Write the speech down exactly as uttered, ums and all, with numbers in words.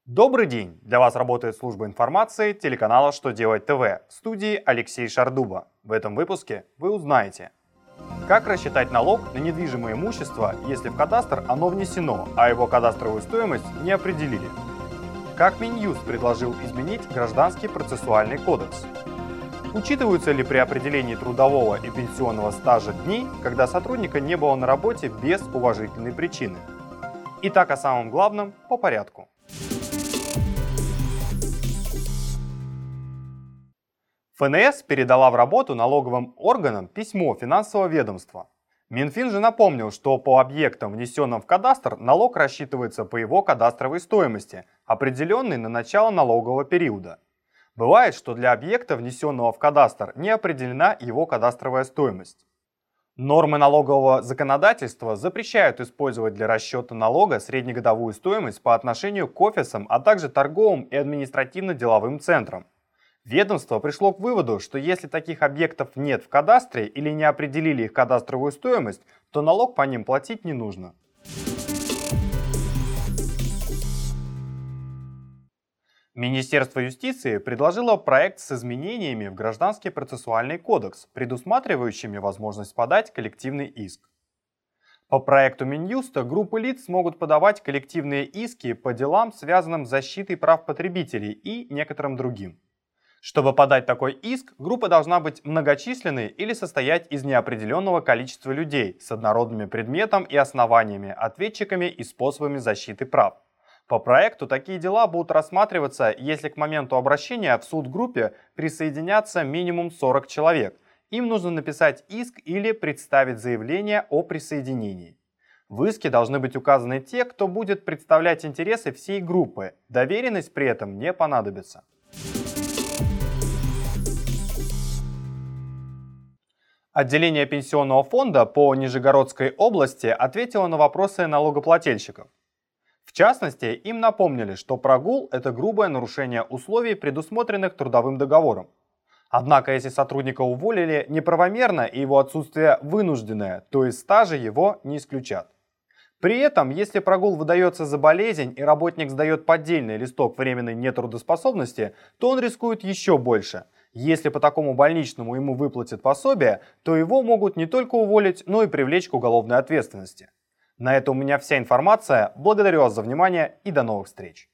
Добрый день! Для вас работает служба информации телеканала «Что делать ТВ» в студии Алексей Шардуба. В этом выпуске вы узнаете, как рассчитать налог на недвижимое имущество, если в кадастр оно внесено, а его кадастровую стоимость не определили. Как Минюст предложил изменить Гражданский процессуальный кодекс. Учитываются ли при определении трудового и пенсионного стажа дни, когда сотрудника не было на работе без уважительной причины? Итак, о самом главном по порядку. ФНС передала в работу налоговым органам письмо финансового ведомства. Минфин же напомнил, что по объектам, внесенным в кадастр, налог рассчитывается по его кадастровой стоимости, определенной на начало налогового периода. Бывает, что для объекта, внесенного в кадастр, не определена его кадастровая стоимость. Нормы налогового законодательства запрещают использовать для расчета налога среднегодовую стоимость по отношению к офисам, а также торговым и административно-деловым центрам. Ведомство пришло к выводу, что если таких объектов нет в кадастре или не определили их кадастровую стоимость, то налог по ним платить не нужно. Министерство юстиции предложило проект с изменениями в Гражданский процессуальный кодекс, предусматривающими возможность подать коллективный иск. По проекту Минюста группы лиц смогут подавать коллективные иски по делам, связанным с защитой прав потребителей и некоторым другим. Чтобы подать такой иск, группа должна быть многочисленной или состоять из неопределенного количества людей с однородными предметом и основаниями, ответчиками и способами защиты прав. По проекту такие дела будут рассматриваться, если к моменту обращения в суд группе присоединятся минимум сорок человек. Им нужно написать иск или представить заявление о присоединении. В иске должны быть указаны те, кто будет представлять интересы всей группы. Доверенность при этом не понадобится. Отделение Пенсионного фонда по Нижегородской области ответило на вопросы налогоплательщиков. В частности, им напомнили, что прогул – это грубое нарушение условий, предусмотренных трудовым договором. Однако, если сотрудника уволили неправомерно и его отсутствие вынужденное, то из стажа его не исключат. При этом, если прогул выдается за болезнь и работник сдает поддельный листок временной нетрудоспособности, то он рискует еще больше. Если по такому больничному ему выплатят пособие, то его могут не только уволить, но и привлечь к уголовной ответственности. На этом у меня вся информация. Благодарю вас за внимание и до новых встреч.